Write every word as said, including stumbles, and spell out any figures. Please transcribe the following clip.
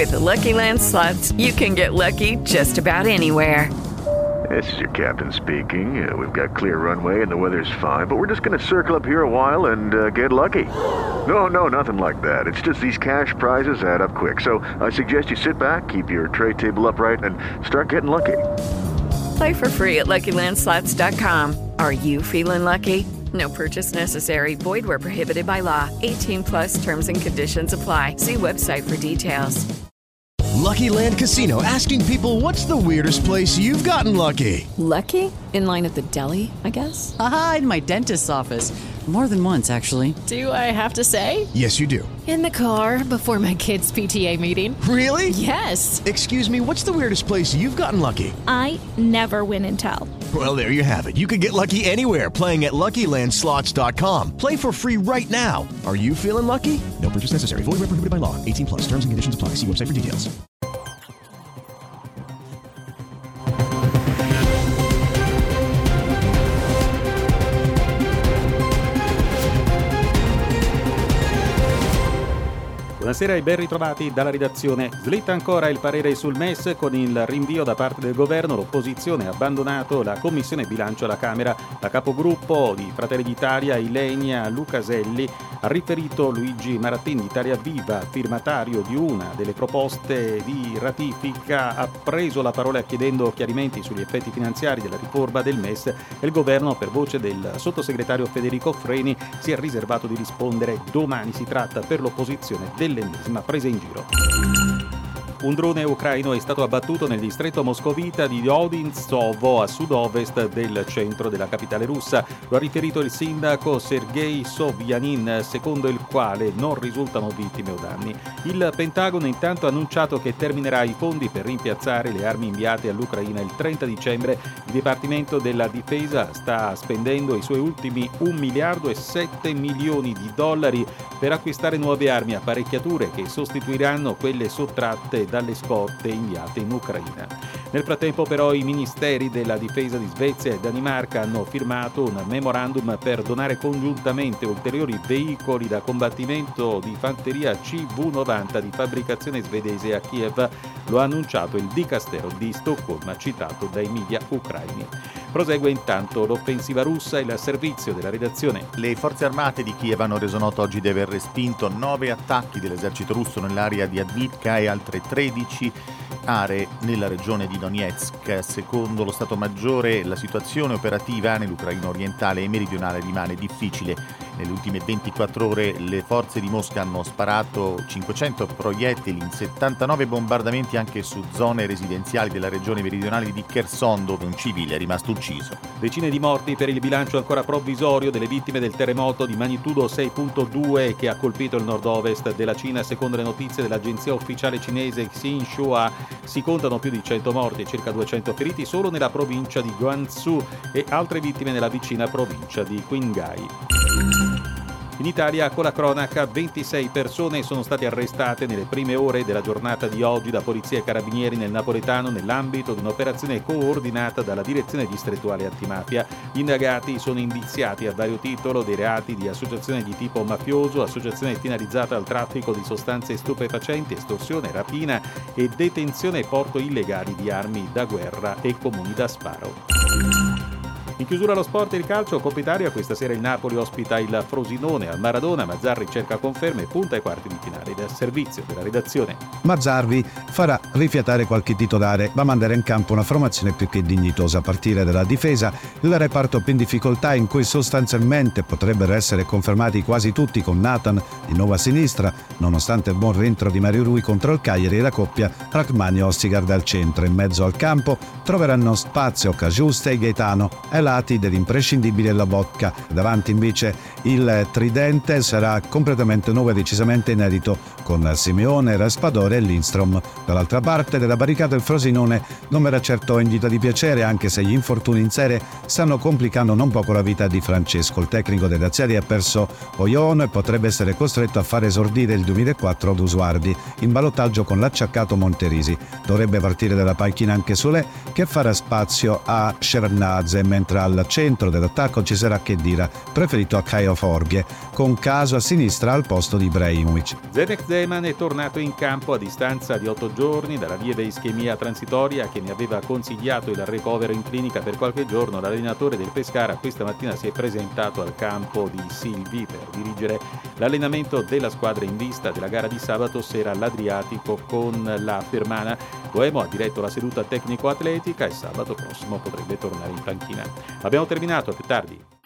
With Lucky Land Slots, you can get lucky just about anywhere. This is your captain speaking. Uh, we've got clear runway and the weather's fine, but we're just going to circle up here a while and uh, get lucky. No, no, nothing like that. It's just these cash prizes add up quick. So I suggest you sit back, keep your tray table upright, and start getting lucky. Play for free at Lucky Land Slots dot com. Are you feeling lucky? No purchase necessary. Void where prohibited by law. eighteen plus terms and conditions apply. See website for details. Lucky Land Casino, asking people, what's the weirdest place you've gotten lucky? Lucky? In line at the deli, I guess? Aha, in my dentist's office. More than once, actually. Do I have to say? Yes, you do. In the car before my kids' P T A meeting. Really? Yes. Excuse me, what's the weirdest place you've gotten lucky? I never win and tell. Well, there you have it. You can get lucky anywhere, playing at Lucky Land Slots dot com. Play for free right now. Are you feeling lucky? No purchase necessary. Void where prohibited by law. eighteen plus. Terms and conditions apply. See website for details. Buonasera e ben ritrovati dalla redazione. Slitta ancora il parere sul M E S con il rinvio da parte del governo. L'opposizione ha abbandonato la commissione bilancio alla Camera. La capogruppo di Fratelli d'Italia, Ilenia Lucaselli, ha riferito Luigi Marattini di Italia Viva, firmatario di una delle proposte di ratifica, ha preso la parola chiedendo chiarimenti sugli effetti finanziari della riforma del M E S e il governo, per voce del sottosegretario Federico Freni, si è riservato di rispondere domani. Si tratta per l'opposizione dell'ennesima presa in giro. Un drone ucraino è stato abbattuto nel distretto moscovita di Odintsovo, a sud-ovest del centro della capitale russa. Lo ha riferito il sindaco Sergei Sobyanin, secondo il quale non risultano vittime o danni. Il Pentagono intanto ha annunciato che terminerà i fondi per rimpiazzare le armi inviate all'Ucraina il trenta dicembre. Il Dipartimento della Difesa sta spendendo i suoi ultimi un miliardo e sette milioni di dollari per acquistare nuove armi e apparecchiature che sostituiranno quelle sottratte dalle scorte inviate in Ucraina. Nel frattempo però i ministeri della difesa di Svezia e Danimarca hanno firmato un memorandum per donare congiuntamente ulteriori veicoli da combattimento di fanteria C V novanta di fabbricazione svedese a Kiev. Lo ha annunciato il dicastero di Stoccolma, citato dai media ucraini. Prosegue intanto l'offensiva russa e il servizio della redazione. Le forze armate di Kiev hanno reso noto oggi di aver respinto nove attacchi dell'esercito russo nell'area di Avdiivka e altre tredici aree nella regione di Donetsk. Secondo lo Stato Maggiore, la situazione operativa nell'Ucraina orientale e meridionale rimane difficile. Nelle ultime ventiquattro ore le forze di Mosca hanno sparato cinquecento proiettili in settantanove bombardamenti anche su zone residenziali della regione meridionale di Kherson, dove un civile è rimasto ucciso. Decine di morti per il bilancio ancora provvisorio delle vittime del terremoto di magnitudo sei virgola due che ha colpito il nord-ovest della Cina. Secondo le notizie dell'agenzia ufficiale cinese Xinhua, si contano più di cento morti e circa duecento feriti solo nella provincia di Guangzhou e altre vittime nella vicina provincia di Qinghai. In Italia, con la cronaca, ventisei persone sono state arrestate nelle prime ore della giornata di oggi da polizia e carabinieri nel napoletano nell'ambito di un'operazione coordinata dalla direzione distrettuale antimafia. Gli indagati sono indiziati a vario titolo dei reati di associazione di tipo mafioso, associazione finalizzata al traffico di sostanze stupefacenti, estorsione, rapina e detenzione e porto illegali di armi da guerra e comuni da sparo. In chiusura allo sport e il calcio, Coppa Italia, questa sera il Napoli ospita il Frosinone al Maradona. Mazzarri cerca conferme e punta ai quarti di finale. Del servizio della redazione. Mazzarri farà rifiatare qualche titolare, ma manderà in campo una formazione più che dignitosa a partire dalla difesa, il reparto più in difficoltà in cui sostanzialmente potrebbero essere confermati quasi tutti con Nathan di nuovo a sinistra, nonostante il buon rientro di Mario Rui contro il Cagliari e la coppia Rachmani-Ossigard al centro. In mezzo al campo troveranno spazio Cagiusta e Gaetano ai lati dell'imprescindibile Lobotka. Davanti invece il tridente sarà completamente nuovo e decisamente inedito, con Simeone, Raspadore e Lindstrom. Dall'altra parte della barricata il Frosinone non verrà certo in gita di piacere, anche se gli infortuni in serie stanno complicando non poco la vita di Francesco. Il tecnico dei razziali ha perso Oiono e potrebbe essere costretto a far esordire il duemilaquattro Dusuardi in ballottaggio con l'acciaccato Monterisi. Dovrebbe partire dalla panchina anche Solé, che farà spazio a Shevardnadze, mentre al centro dell'attacco ci sarà Khedira, preferito a Caio Forghie, con Caso a sinistra al posto di Ibrahimovic. Zdenek Zeman è tornato in campo a distanza di otto giorni dalla lieve ischemia transitoria che ne aveva consigliato il ricovero in clinica per qualche giorno. L'allenatore del Pescara questa mattina si è presentato al campo di Silvi per dirigere l'allenamento della squadra in vista della gara di sabato sera all'Adriatico con la Fermana. Boemo ha diretto la seduta tecnico-atletica e sabato prossimo potrebbe tornare in panchina. Abbiamo terminato, a più tardi.